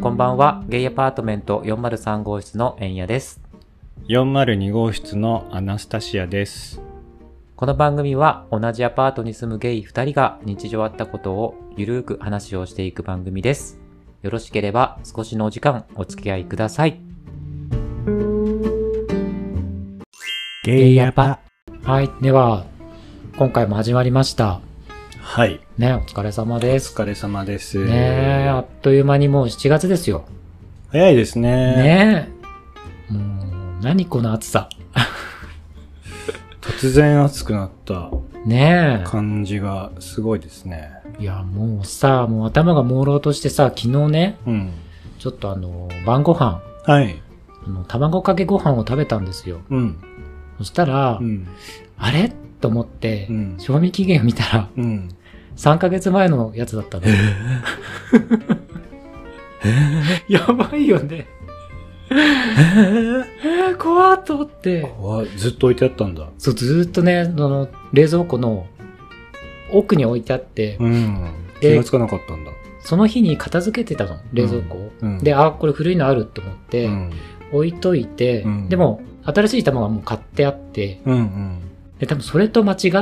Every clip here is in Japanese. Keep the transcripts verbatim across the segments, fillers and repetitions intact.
こんばんは。ゲイアパートメントよんまるさん号室の円谷です。 よんまるに号室のアナスタシアです。 この番組は同じアパートに住むゲイふたりが日常あったことをゆるーく話をしていく番組です。よろしければ少しのお時間お付き合いください。 ゲイアパ。 はい。では、今回も始まりました。 はい。 ね、お疲れ様です。 お疲れ様です。 ねえ、あっという間にもうしちがつですよ。 早いですね。 ねえ。もう、何この暑さ。 突然暑くなったねえ感じがすごいですね。 いや、もうさ、もう頭が朦朧としてさ、昨日ね、 うん、 ちょっとあの、晩ご飯、 はい。 あの、卵かけご飯を食べたんですよ。 うん。 そしたら、 うん、あれと思って、 うん、 賞味期限を見たら、 うん、 さんかげつまえのやつだったの。やばいよね。えー、えー、怖っと思って。 怖い。ずっと置いてあったんだ。 そう、ずーっとね、あの、冷蔵庫の奥に置いてあって、 うん。気がつかなかったんだ。 その日に片付けてたの、冷蔵庫を。うんうん、で、あ、これ古いのあると思って、うん、置いといて、うん、でも、新しい卵がもう買ってあって、うんうん、で、多分それと間違って、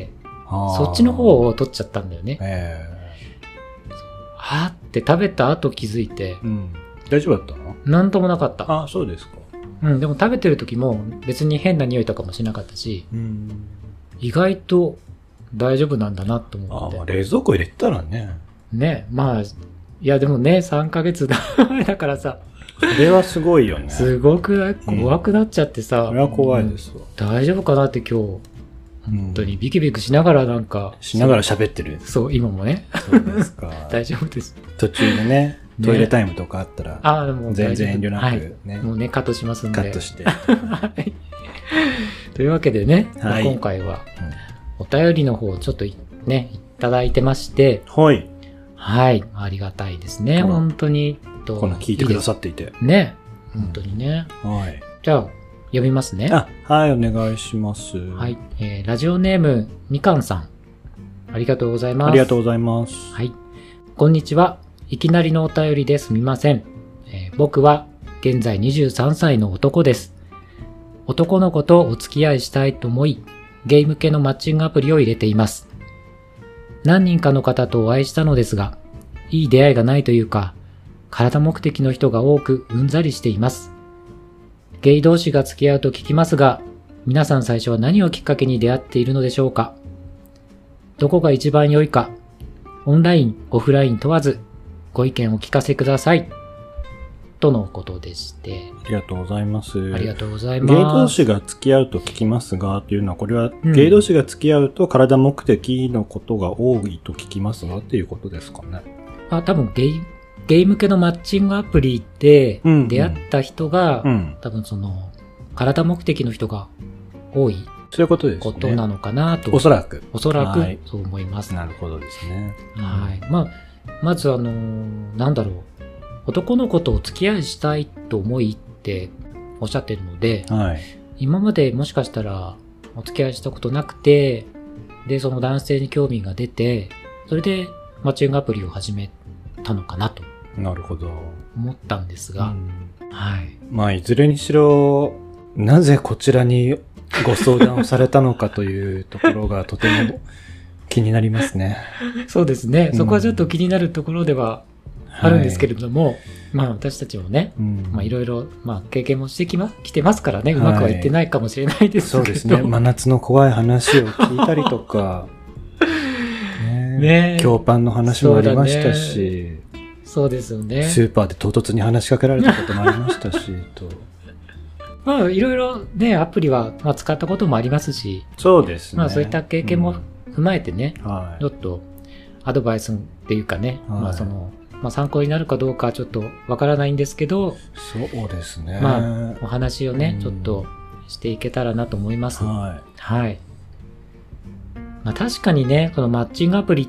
そっちの方を取っちゃったんだよね。えー、あーって食べた後気づいて、うん、 大丈夫だったの？ なんともなかった。 あ、そうですか。 うん、でも食べてる時も別に変な匂いとかもしなかったし、うん、意外と大丈夫なんだなと思って。 あ、まあ、冷蔵庫入れたらね。 ね、まあ、いやでもね、さんかげつだだからさ。 それはすごいよね。 すごく怖くなっちゃってさ。 うん、それは怖いですわ、 うん。大丈夫かなって今日。本当にビクビクしながらなんか、 うん、しながら喋ってる。 そう、今もね。 そうですか。 大丈夫です。 途中でね、トイレタイムとかあったら、ね、 あもう全然遠慮なくね、 はい、もうね、カットしますんで。 カットして。 というわけでね、 はい、 今回は、お便りの方をちょっとね、いただいてまして、 はい。 はい、ありがたいですね、本当に。 この聞いてくださっていて。 いいね、本当にね。 うん、はい。 じゃあ、読みますね。 あ、はい、お願いします。 はい、えー、ラジオネームみかんさん、ありがとうございます。 ありがとうございます。 はい、こんにちは。いきなりのお便りですみません。えー、僕は現在にじゅうさんさいの男です。男の子とお付き合いしたいと思い、ゲーム系のマッチングアプリを入れています。何人かの方とお会いしたのですが、いい出会いがないというか、体目的の人が多くうんざりしています。ゲイ同士が付き合うと聞きますが、皆さん最初は何をきっかけに出会っているのでしょうか。どこが一番良いか、オンライン、オフライン問わず、ご意見を聞かせください。とのことでして。 ありがとうございます。 ありがとうございます。 ゲイ同士が付き合うと聞きますが、というのは、これは、うん、ゲイ同士が付き合うと体目的のことが多いと聞きますが、っていうことですかね。 あ、多分ゲイ、ゲーム系のマッチングアプリで出会った人が、うんうん、多分その、体目的の人が多い。 そういうことですね。 ことなのかなと。 おそらく。 おそらく、そう思います。 なるほどですね。 はい。まあ、まずあのー、なんだろう。男の子とお付き合いしたいと思いっておっしゃってるので、はい、今までもしかしたらお付き合いしたことなくて、で、その男性に興味が出て、それでマッチングアプリを始めたのかなと。 なるほど。 思ったんですが、うん、はい。 まあ、いずれにしろ、なぜこちらにご相談をされたのかというところがとても気になりますね。 そうですね。そこはちょっと気になるところではあるんですけれども、はい、まあ私たちもね、うん、まあいろいろ、まあ経験もしてきま、来てますからね、うまくはいってないかもしれないですけど、はい、 そうですね。真夏の怖い話を聞いたりとか、ねね、京パンの話もありましたし、 そうですよね。 スーパーで唐突に話しかけられたこともありましたし、と。 まあ、いろいろね、アプリは、まあ、使ったこともありますし、 そうですね。 まあ、そういった経験も踏まえてね、うんはい、ちょっと、アドバイスっていうかね、はい、まあ、その、まあ、参考になるかどうかちょっとわからないんですけど、 そうですね。 まあ、お話をね、うん、ちょっとしていけたらなと思います。はい。はい。まあ、確かにね、このマッチングアプリって、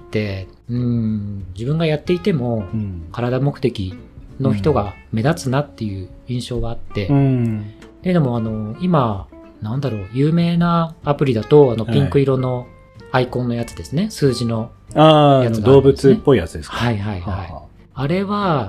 うん、自分がやっていても、うん、体目的の人が目立つなっていう印象があって、うん、で, でもあの、今、なんだろう、有名なアプリだと、あの、ピンク色のアイコンのやつですね、はい、数字のやつがあるんですね。 ああ、動物っぽいやつですか。 はいはいはい。はあ、あれは、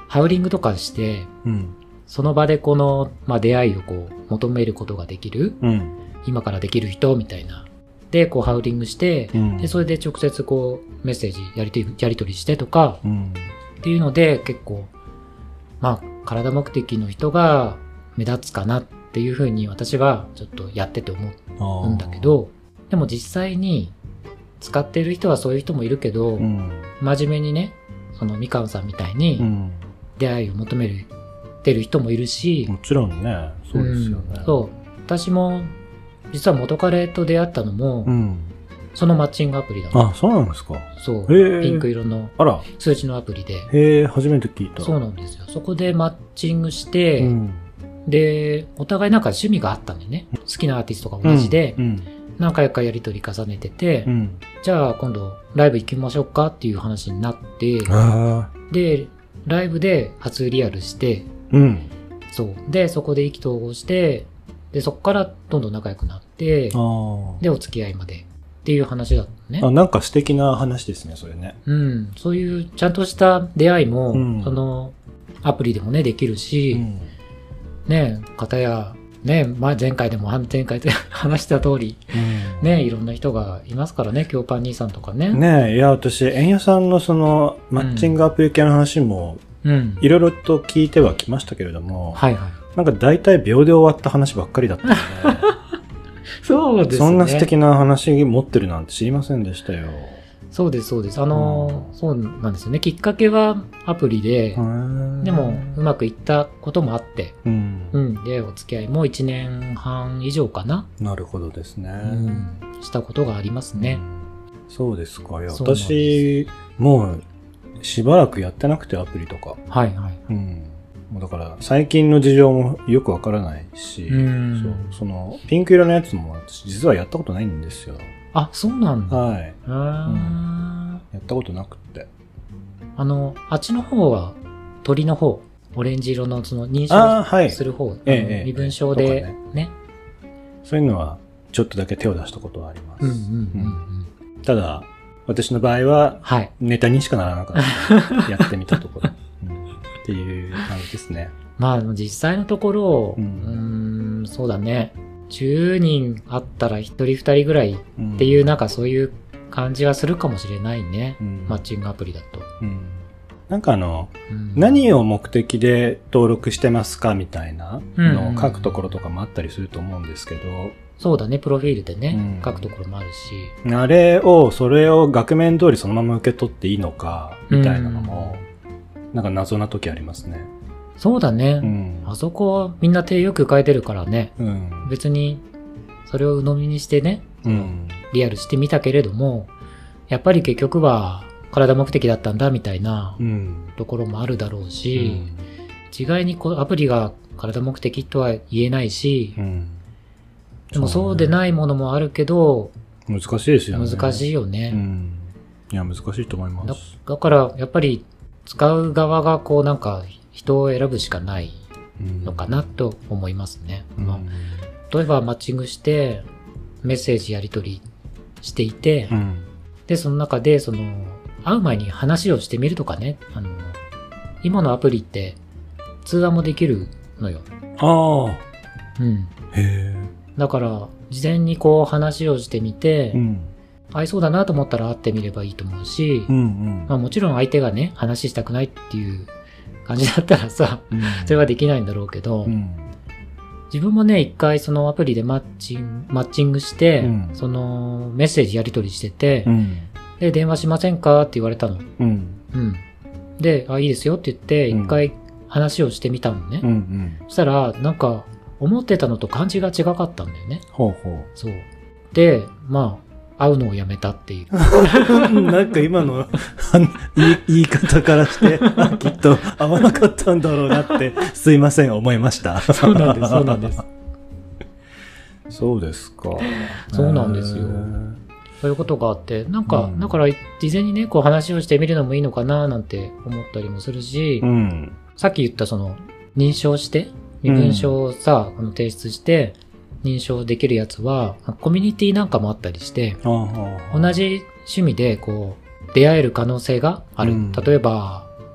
ハウリングとかして、 うん。 その場でこの、まあ、出会いをこう、求めることができる、 うん。 今からできる人みたいな。で、こう、ハウリングして、 うん。 で、それで直接こう、メッセージやりとり、やり取りしてとか、 うん。 っていうので、結構、まあ、体目的の人が目立つかなっていうふうに私はちょっとやってて思うんだけど、でも実際に使ってる人はそういう人もいるけど、 うん。 真面目にね、そのみかんさんみたいうにん。 出会いを求める、てる人もいるし、 もちろんね、そうですよね。 うんそう。私も、実は元彼と出会ったのも、 うん。 そのマッチングアプリだった。 あ、そうなんですか。 そう。 へえ。 ピンク色のあら。 数値のアプリで。 へえ、初めて聞いた。 そうなんですよ。そこでマッチングして、 うん。 で、お互いなんか趣味があったんでね。好きなアーティストが同じで、 うん。 何回かやりとり重ねてて、 うん。 じゃあ今度ライブ行きましょうかっていう話になって、 ああ。 で、ライブで初リアルして、 うん。 そう。で、そこで意気投合して、で、そこからどんどん仲良くなって、 ああ。 で、お付き合いまでっていう話だったのね。 あ、なんか素敵な話ですね、それね。 うん。そういうちゃんとした出会いも、 うんその、アプリでもね、できるし、 うん。 ね、方や、ね、前前回でも前回で話した通り、 うん。 ね、いろんな人がいますからね、京パン兄さんとかね。 ねえ、いや、私、円谷さんのその、マッチングアプリ系の話も、 うん。 いろいろと聞いてはきましたけれども、 はいはい。 なんか大体秒で終わった話ばっかりだったので、 そうですね。 そんな素敵な話持ってるなんて知りませんでしたよ。 そうです、そうです。あの、そうなんですよね。きっかけはアプリで、でも、うまくいったこともあって、 うん。 うん。で、お付き合いもいちねんはん以上かな、 なるほどですね。 うん、したことがありますね。 うんそうですか。いや、 そうなんです私、もう、しばらくやってなくて、アプリとか。 はいはい。 うん。もうだから、最近の事情もよくわからないし、 うんそう、その、ピンク色のやつも私、実はやったことないんですよ。 あ、そうなんだ。 はい。 へーやったことなくって。 あの、あっちの方は、鳥の方、オレンジ色のその認ああ、はい。 証する方、 ええあのええ身分証とでかねね。 そういうのは、ちょっとだけ手を出したことはあります。 うんうんうんうん。 ただ、私の場合は、 はい。 ネタにしかならなかった。やってみたところ、うんっていう感じですね。 まあ、実際のところ、 ううんーん、そうだね。じゅうにんあったらひとりふたりぐらいっていう、なんかそういう感じはするかもしれないね。 うんマッチングアプリだと。 うんなんかあの、 うん何を目的で登録してますかみたいなのうんを書くところとかもあったりすると思うんですけど、 そうだね、プロフィールでね、 うん書くところもあるし。 あれを、それを額面通りそのまま受け取っていいのか、みたいなのも、なんか謎な時ありますね。 そうだね。 うん。 あそこはみんな手よく変えてるからね。 うん。 別に、それを鵜呑みにしてね、 うん。 リアルしてみたけれども、やっぱり結局は体目的だったんだみたいなうん。 ところもあるだろううし、 ん。 一概にこうアプリが体目的とは言えないし、 うん。 でもそうでないものもあるけど、 難しいですよね。 難しいようね。 ん。いや、難しいと思いまだす。 だからやっぱり使う側がこうなんか人を選ぶしかないうんのかなと思いますね。 うんまあ例えばマッチングしてメッセージやり取りしていて、 うん。 で、その中でその会う前に話をしてみるとかね、あの、今のアプリって通話もできるのよ。 ああ。 うん。 へえ。 だから、事前にこう話をしてみて、 うん。 合いそうだなと思ったら会ってみればいいと思うし、 うんうん。 まあもちろん相手がね、話したくないっていう感じだったらさ、 うんそれはできないんだろうけど、 うん。 自分もね、一回そのアプリでマッチング、マッチングして、 うんそのメッセージやり取りしてて、 うん。 で、電話しませんかって言われたの。 うん。 うん。で、あ、いいですよって言って、 うん一回話をしてみたのね。 うんうん。 そしたら、なんか、思ってたのと感じが違かったんだよね。 ほうほそう。で、まあ、会うのをやめたっていう。 う。なんか今のあの言い言い方からして、あきっと合わなかったんだろうなって、すいません、思いました。 そうなんです、そうなんです。 そうですか。 そうなんですよへーそういうことがあって、なんか、 うんだから、事前にね、こう話をしてみるのもいいのかななんて思ったりもするし、 うん。 さっき言ったその、認証して、身分証をさ、あの提出して、認証できるやつは、コミュニティなんかもあったりして、 ああ同じ趣味でこう出会える可能性がある。 うん例えば、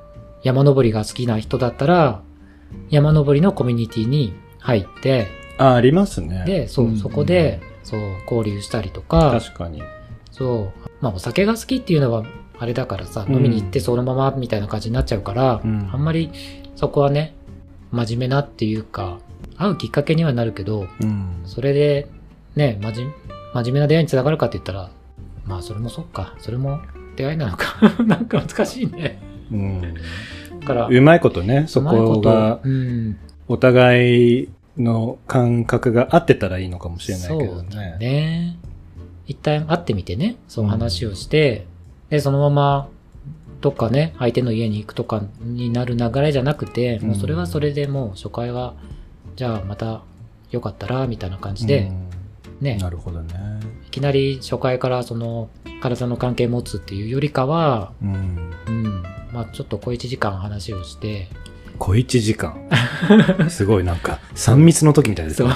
山登りが好きな人だったら、山登りのコミュニティに入って、 あ、ありますね。 で、そう、 んそこで、そう、交流したりとか、 確かに。 そう、まあお酒が好きっていうのはあれだからさ、 うん飲みに行ってそのままみたいな感じになっちゃうから、 うんあんまりそこはね、真面目なっていうか、会うきっかけにはなるけど、 うん。 それで、ね、真面真面目な出会いにつながるかって言ったら、まあそれもそっか、それも出会いなのか。なんか難しいね。 うん。 だから、 うまいことね、そこが、 うん、 お互いの感覚が合ってたらいいのかもしれないけどそうだね。 ね。一旦会ってみてね、その話をして、うん、で、そのまま、どっかね、相手の家に行くとかになる流れじゃなくて、もうそれはそれでもう初回は、じゃあまたよかったら、みたいな感じで、 うん、 ね。 なるほどね。 いきなり初回からその体の関係持つっていうよりかは、 うん。 うん、まあちょっと小一時間話をして、 小一時間すごいなんか、さん密の時みたいですね。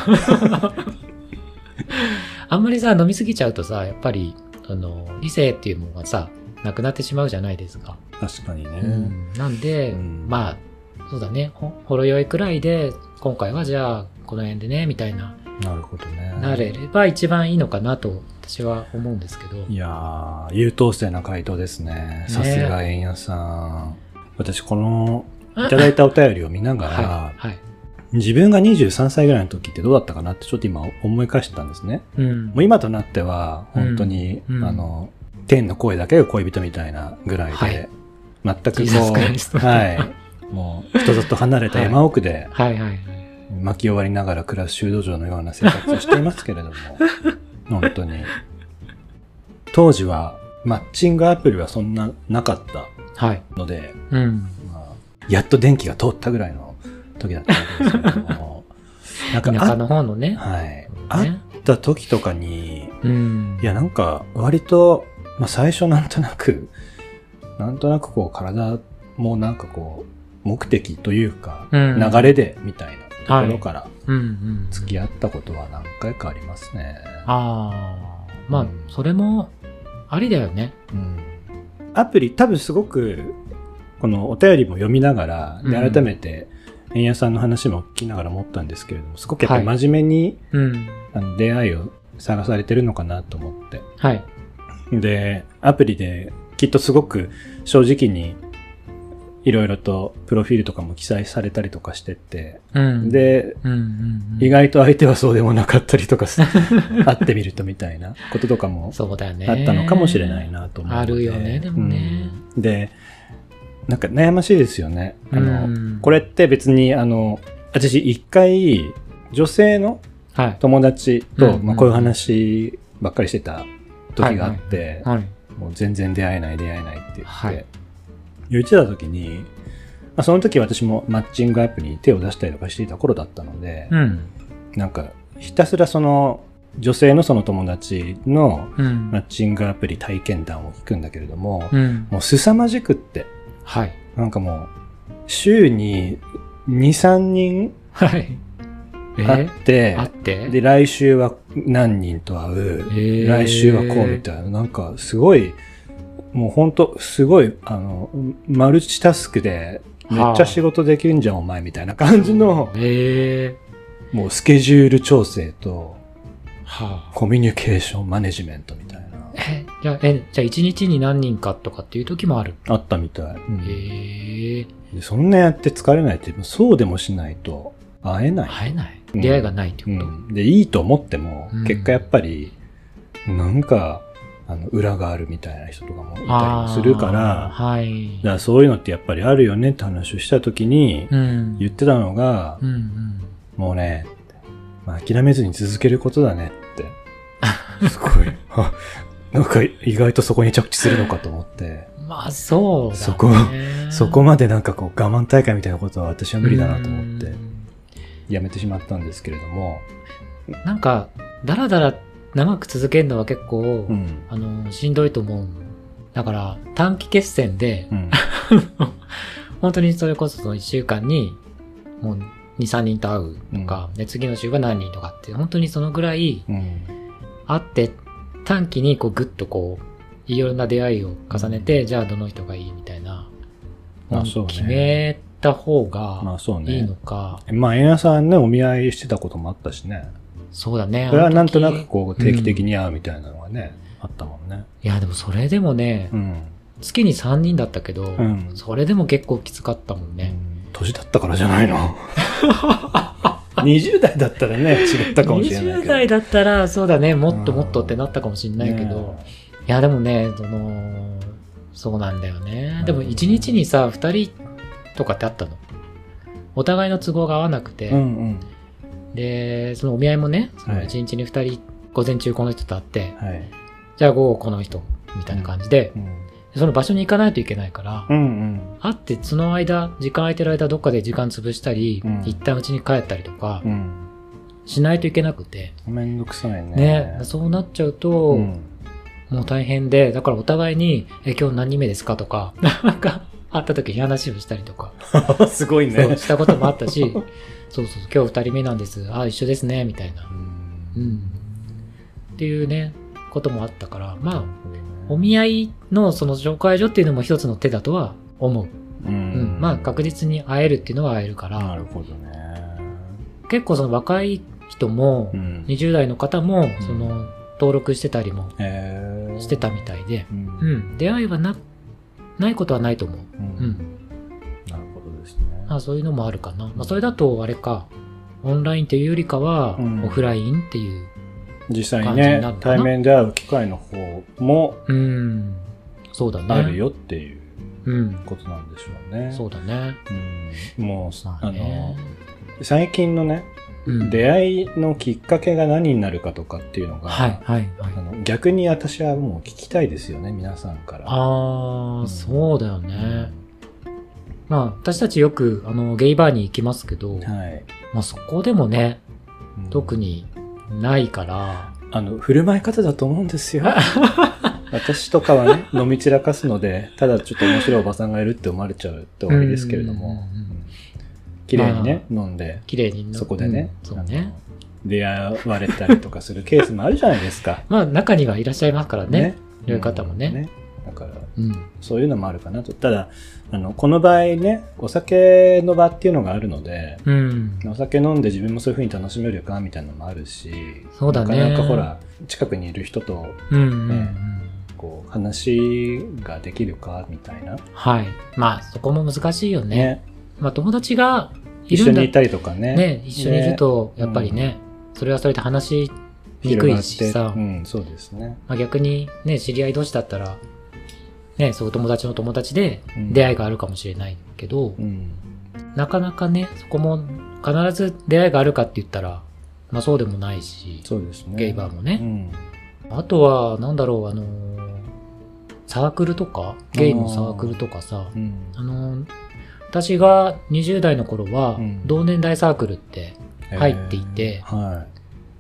あんまりさ、飲みすぎちゃうとさ、やっぱり、あの、理性っていうものがさ、なくなってしまうじゃないですか。 確かにね。 うん、なんで、 うん、 まあ、そうだね、ほ、ほろ酔いくらいで、今回はじゃあ、この辺でね、みたいな、 なるほどね。 なれれば一番いいのかなと、私は思うんですけど。 いやー、優等生な回答ですね。さすが円谷さん。私、この、いただいたお便りを見ながら、 はいはい、 自分がにじゅうさんさいぐらいの時ってどうだったかなってちょっと今思い返したんですね。 うん、 もう今となっては本当に、うん、あの天の声だけが恋人みたいなぐらいで、はい、全くこう、はい、もう人里離れた山奥で巻き終わりながら暮らす修道場のような生活をしていますけれども、本当に当時はマッチングアプリはそんななかったので、はいうんやっと電気が通ったぐらいの時だったんですけども。 なんか田舎の方のね。 はい。ね、会った時とかに、 うん、 いやなんか割と、まあ最初なんとなく、なんとなくこう体もなんかこう、目的というか、うん、流れでみたいなところから付き合ったことは何回かありますね。 ああ。まあ、うん、それもありだよね。 うん。アプリ多分すごく、このお便りも読みながら、で改めて、円谷さんの話も聞きながら思ったんですけれども、すごくやっぱり真面目に、はいうん、あの出会いを探されてるのかなと思って。 はい。 で、アプリできっとすごく正直にいろいろとプロフィールとかも記載されたりとかしてて、うん、で、うんうんうん、意外と相手はそうでもなかったりとか、会ってみるとみたいなこととかもあったのかもしれないなと思うので。 あるよね、でもね。 うん、で、なんか悩ましいですよね。あの、うん、これって別に、あの、私一回、女性の友達と、はい、まあ、こういう話ばっかりしてた時があって、はいはいはい、もう全然出会えない、出会えないって言って、はい、言ってた時に、まあ、その時私もマッチングアプリに手を出したりとかしていた頃だったので、うん、なんか、ひたすらその、女性のその友達のマッチングアプリ体験談を聞くんだけれども、うん、もう凄まじくって、はい。なんかもう、週にに、さんにん会って、 会って、 で、来週は何人と会う、来週はこうみたいな、なんかすごい、もうほんと、すごい、あの、マルチタスクで、めっちゃ仕事できるんじゃん、お前みたいな感じの、もうスケジュール調整と、はあ、コミュニケーションマネジメントみたいな。 え、じゃあ、え、じゃあ一日に何人かとかっていう時もある？ あったみたい。うん、 へえ。 そんなやって疲れないって、そうでもしないと会えない。 会えない。出会いがないってこと、 うんうん、で、いいと思っても、うん、結果やっぱり、なんか、あの、裏があるみたいな人とかもいたりもするから、はい。だからそういうのってやっぱりあるよねって話をした時に、言ってたのが、うんうん、もうね、まあ、諦めずに続けることだねって。すごい。なんか意外とそこに着地するのかと思って。 まあそうだね。 そこ、そこまでなんかこう我慢大会みたいなことは私は無理だなと思って、やめてしまったんですけれども。 なんか、だらだら長く続けるのは結構、うん、あの、しんどいと思う。だから短期決戦で、うん、本当にそれこそそのいっしゅうかんに、もうに、さんにんと会うとか、うん、で次の週は何人とかって、本当にそのぐらい、会って、短期にこうグッとこういろんな出会いを重ねて、じゃあどの人がいいみたいなまあそうね、 決めた方がまあそうね。 いいのか。 まあ、円谷さんね、お見合いしてたこともあったしね。 そうだね。 それはなんとなくこう、定期的に会うみたいなのがね、うん、あったもんね。 いや、でもそれでもね、うん、月にさんにんだったけど、うん、それでも結構きつかったもんね。 うん、年だったからじゃないのにじゅう代だったらね、違ったかもしれないけど。 にじゅう代だったら、そうだね、もっともっとってなったかもしれないけど、ね、いや、でもね、その、そうなんだよね。でもいちにちにさ、ふたりとかってあったの。お互いの都合が合わなくて、うんうん、で、そのお見合いもね、そのいちにちにふたり、はい、午前中この人と会って、はい、じゃあ午後この人、みたいな感じで、うんうん、その場所に行かないといけないから、うんうん、会ってその間、時間空いてる間どっかで時間潰したり、うん、一旦家に帰ったりとか、うん、しないといけなくて。 めんどくさいね。 ね、そうなっちゃうと、うん、もう大変で、だからお互いに、え、今日何人目ですかとか、なんか、会った時に話をしたりとか。 すごいね。 そうしたこともあったし、そうそう、今日二人目なんです。あ、一緒ですね、みたいな。うん。うん。っていうね、こともあったから、まあ、お見合いのその紹介所っていうのも一つの手だとは思う。うん。うん、まあ、確実に会えるっていうのは会えるから。 なるほどね。 結構その若い人も、うん、にじゅう代の方も、その、登録してたりもしてたみたいで、うん、うん、出会いはな、ないことはないと思う。うん。うん、 なるほどですね。 あ、そういうのもあるかな。まあ、それだとあれか、オンラインっていうよりかは、うん、オフラインっていう実際にね、対面で会う機会の方も、うん、 そうだね。 あるよっていうことなんでしょうね。 うん、そうだね。 うん、もう、あの、最近のね、うん、出会いのきっかけが何になるかとかっていうのが、はいはいはい、あの逆に私はもう聞きたいですよね、皆さんから。 ああ、うん、そうだよね。うん、まあ私たちよくあのゲイバーに行きますけど、はい、まあそこでもね、うん、特にないから、 あの振る舞い方だと思うんですよ。私とかはね飲み散らかすので、ただちょっと面白いおばさんがいるって思われちゃうって終わりですけれども。綺麗にね、飲んで、 綺麗にそこでね、 うん、そうね、 出会われたりとかするケースもあるじゃないですか。 まあ中にはいらっしゃいますからね、そういう方もね。ね、 だから、うん、そういうのもあるかなと。ただあのこの場合ね、お酒の場っていうのがあるので、うん、お酒飲んで自分もそういう風に楽しめるかみたいなのもあるし、 そうだね。 なかなかほら近くにいる人と、ね、うんうんうん、こう話ができるかみたいな。 はい。まあそこも難しいよね。ね、まあ友達がいるんだ一緒にいたりとかね。 ね、一緒にいると、やっぱりね、ね、うん、それはそれで話しにくいしさ。 うん、そうですね。 まあ逆にね、知り合い同士だったら、ね、そう友達の友達で出会いがあるかもしれないけど、うん、なかなかね、そこも必ず出会いがあるかって言ったら、まあそうでもないし、 そうですね。 ゲイバーもね。うん、あとは、なんだろう、あの、サークルとか、ゲイのサークルとかさ、うん、あの、私がにじゅう代の頃は、同年代サークルって入っていて、うんはい、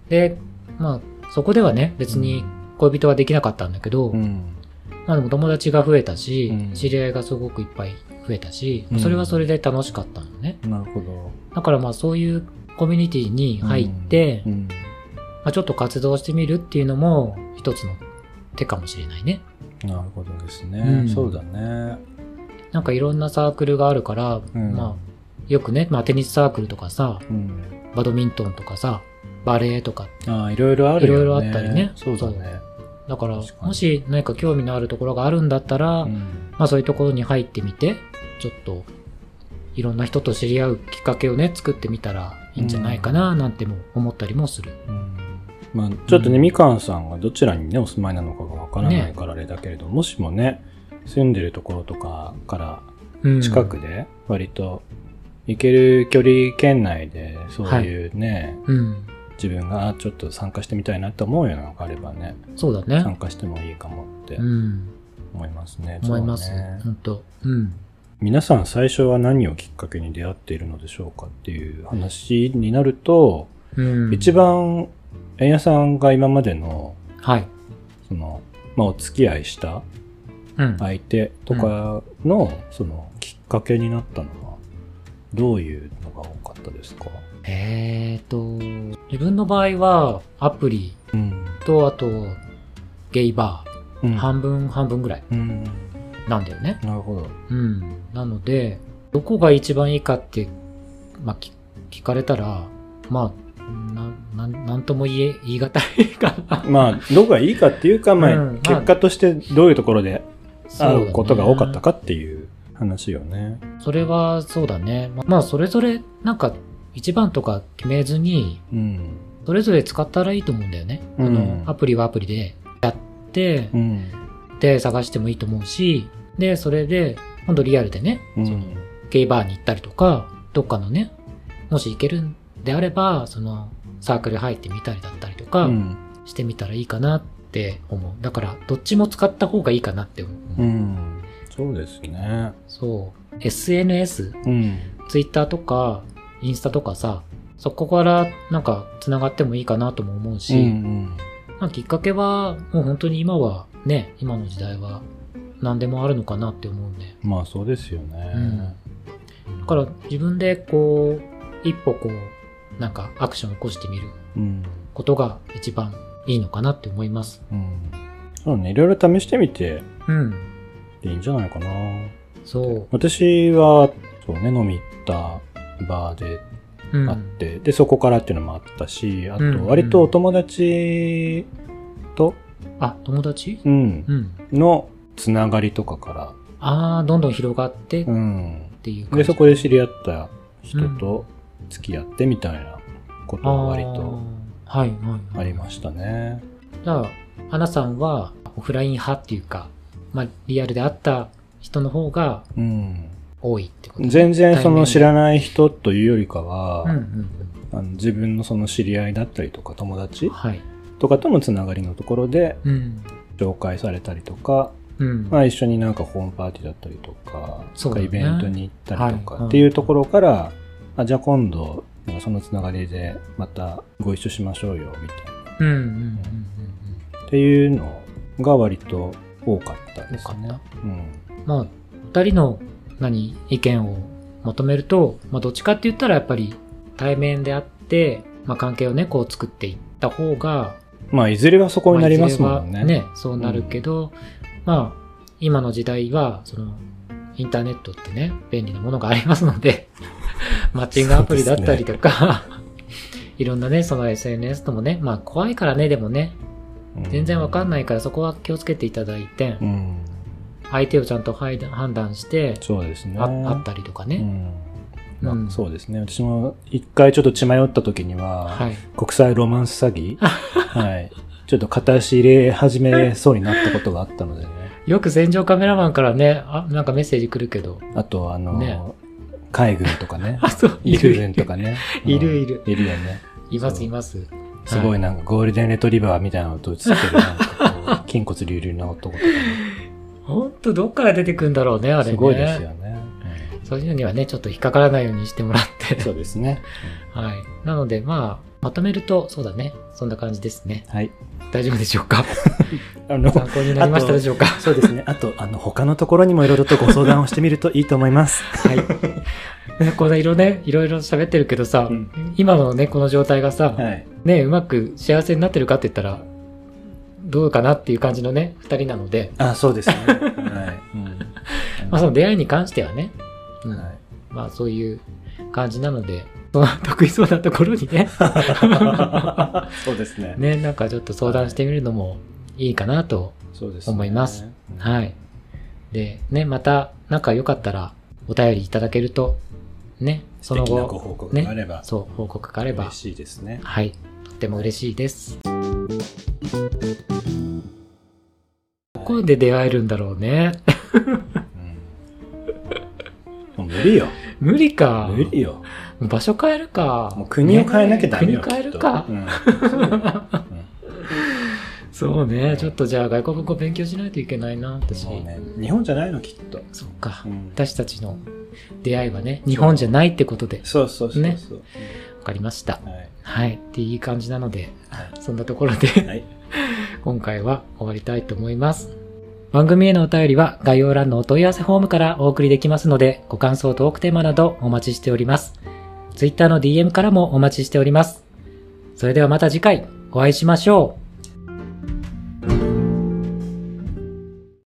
で、まあ、そこではね、別に恋人はできなかったんだけど、うん、まあでも友達が増えたし、うん、知り合いがすごくいっぱい増えたし、うん、それはそれで楽しかったのね。 なるほど。 だからまあそういうコミュニティに入って、うんうんまあ、ちょっと活動してみるっていうのも一つの手かもしれないね。 なるほどですね。うん、そうだね。 なんかいろんなサークルがあるから、うん、まあよくね、まあテニスサークルとかさ、うん、バドミントンとかさ、バレエとか、 ああいろいろあるよね。 いろいろあったりね。 そうだね。 だからもし何か興味のあるところがあるんだったら、うん、まあそういうところに入ってみて、ちょっといろんな人と知り合うきっかけをね作ってみたらいいんじゃないかななんても思ったりもする。うん、 まあちょっとね、うん、みかんさんがどちらにねお住まいなのかがわからないからあれだけれど、ね、もしもね。住んでるところとかから近くで割と行ける距離圏内でそういうね、はいうん、自分がちょっと参加してみたいなと思うようなのがあればね、 そうだね、 参加してもいいかもって思いますね。 うん、思いますね。本当。うん。 皆さん最初は何をきっかけに出会っているのでしょうかっていう話になると、うん、一番円谷さんが今までの、はい、そのまあお付き合いした相手とかのそのきっかけになったのはどういうのが多かったですか？ えーと自分の場合はアプリと、うん、あとゲイバー、うん、半分半分ぐらい、うん、 なんだよね。 なるほど。 うん。なので、どこが一番いいかって、まあ、聞かれたら、まあ、な、ななんとも言え、言い難いかな。 まあ、どこがいいかっていうか、まあ、うん、結果としてどういうところで会うことが多かったかっていう話よね。 それはそうだね。まあ、それぞれ、なんか、一番とか決めずに、うん、それぞれ使ったらいいと思うんだよね。うん、あの、アプリはアプリでやって、うん、で、探してもいいと思うし、で、それで、今度リアルでね、うん、そのゲイバーに行ったりとか、どっかのね、もし行けるんであれば、その、サークル入ってみたりだったりとか、してみたらいいかなって思う。だから、どっちも使った方がいいかなって思う。 うん、そうですね。 そう。エスエヌエス、うん、Twitter とか、インスタとかさ、そこからなんか繋がってもいいかなとも思うし、うんうん、まあ、きっかけはもう本当に今はね、今の時代は何でもあるのかなって思うんで。 まあそうですよね。うん、 だから自分でこう、一歩こう、なんかアクションを起こしてみることが一番いいのかなって思います。 うん、そうね、いろいろ試してみて、うん。でいいんじゃないかな。 そう。 私は、そうね、飲み行ったバーであって、うん、で、そこからっていうのもあったし、あと、割とお友達と、 うんうん、あ、友達うん。うん、のつながりとかから。 ああ、どんどん広がってっていう感じ、うん。 で、そこで知り合った人と付き合ってみたいなことが割と、はいはい。ありましたね。 じゃあ、花さんはオフライン派っていうか、まあ、リアルで会った人の方が、うん。多いってこと、ね、 全然その知らない人というよりかは、うんうんうん、あの自分のその知り合いだったりとか友達、はい、とかとのつながりのところで紹介されたりとか、うん、まあ、一緒になんかホームパーティーだったりとか、うん、イベントに行ったりとかっていうところから、はい、あ、じゃあ今度なんかそのつながりでまたご一緒しましょうよみたいな、うんうんうんうん、っていうのが割と多かったですね。うん、 まあ二人の何意見を求めると、まあ、どっちかって言ったらやっぱり対面であって、まあ、関係をねこう作っていった方が、 まあいずれはそこになりますもんね。 まあ、ね、そうなるけど、うん、まあ今の時代はそのインターネットってね便利なものがありますのでマッチングアプリだったりとか、ね、いろんなねその エスエヌエス ともね、まあ怖いからね、でもね全然わかんないからそこは気をつけていただいて、うん、相手をちゃんと判断して、 そうですね。 あったりとかね。 うんまあうん、そうですね。私も一回ちょっと血迷った時には、はい、国際ロマンス詐欺はい。ちょっと片足入れ始めそうになったことがあったのでね。 よく戦場カメラマンからね、あ、なんかメッセージ来るけど。 あと、あの、ね、海軍とかね。あ、そう。陸軍とかね。 いるいる。 いるよね。 いますいます。 すごいなんかゴールデンレトリバーみたいなのと映ってる、なんかこう筋骨隆々な男とかね。 ほんとどっから出てくるんだろうね、あれね。 すごいですよね。 うん、そういうのにはね、ちょっと引っかからないようにしてもらって。 そうですね。 はい。なので、まあ、まとめると、そうだね。そんな感じですね。 はい。 大丈夫でしょうかあの参考になりましたでしょうか。 そうですね。あと、あの、他のところにもいろいろとご相談をしてみるといいと思います。 はい。ね、この色ね、いろいろ喋ってるけどさ、うん、今のね、この状態がさ、はい、ね、うまく幸せになってるかって言ったら、どうかなっていう感じのね、二人なので。 あ、そうですね。はい。うん、 まあ、その出会いに関してはね、うん、はい、まあ、そういう感じなので、その得意そうなところにね。 そうですね。 ね、なんかちょっと相談してみるのもいいかなと思います。はい。うん、はい。で、ね、また、なんかよかったらお便りいただけると、ね、その後、 ご報告があれば、 ね、そう、報告があれば、 嬉しいですね。 はい。とっても嬉しいです。どこで出会えるんだろうね。 うん、無理よ。 無理か。 無理よ。 場所変えるか。 もう国を変えなきゃダメよ。 国変えるか。うんそうね、ちょっとじゃあ外国語勉強しないといけないな、私。 もうね、日本じゃないのきっと。 そっか、うん、私たちの出会いはね、日本じゃないってことで。 そうそうそうそう。 ね。わかりました。はい。はい。っていい感じなので、はい、そんなところで、はい、今回は終わりたいと思います。番組へのお便りは概要欄のお問い合わせフォームからお送りできますので、ご感想、トークテーマなどお待ちしております。Twitter の ディーエム からもお待ちしております。それではまた次回お会いしましょう。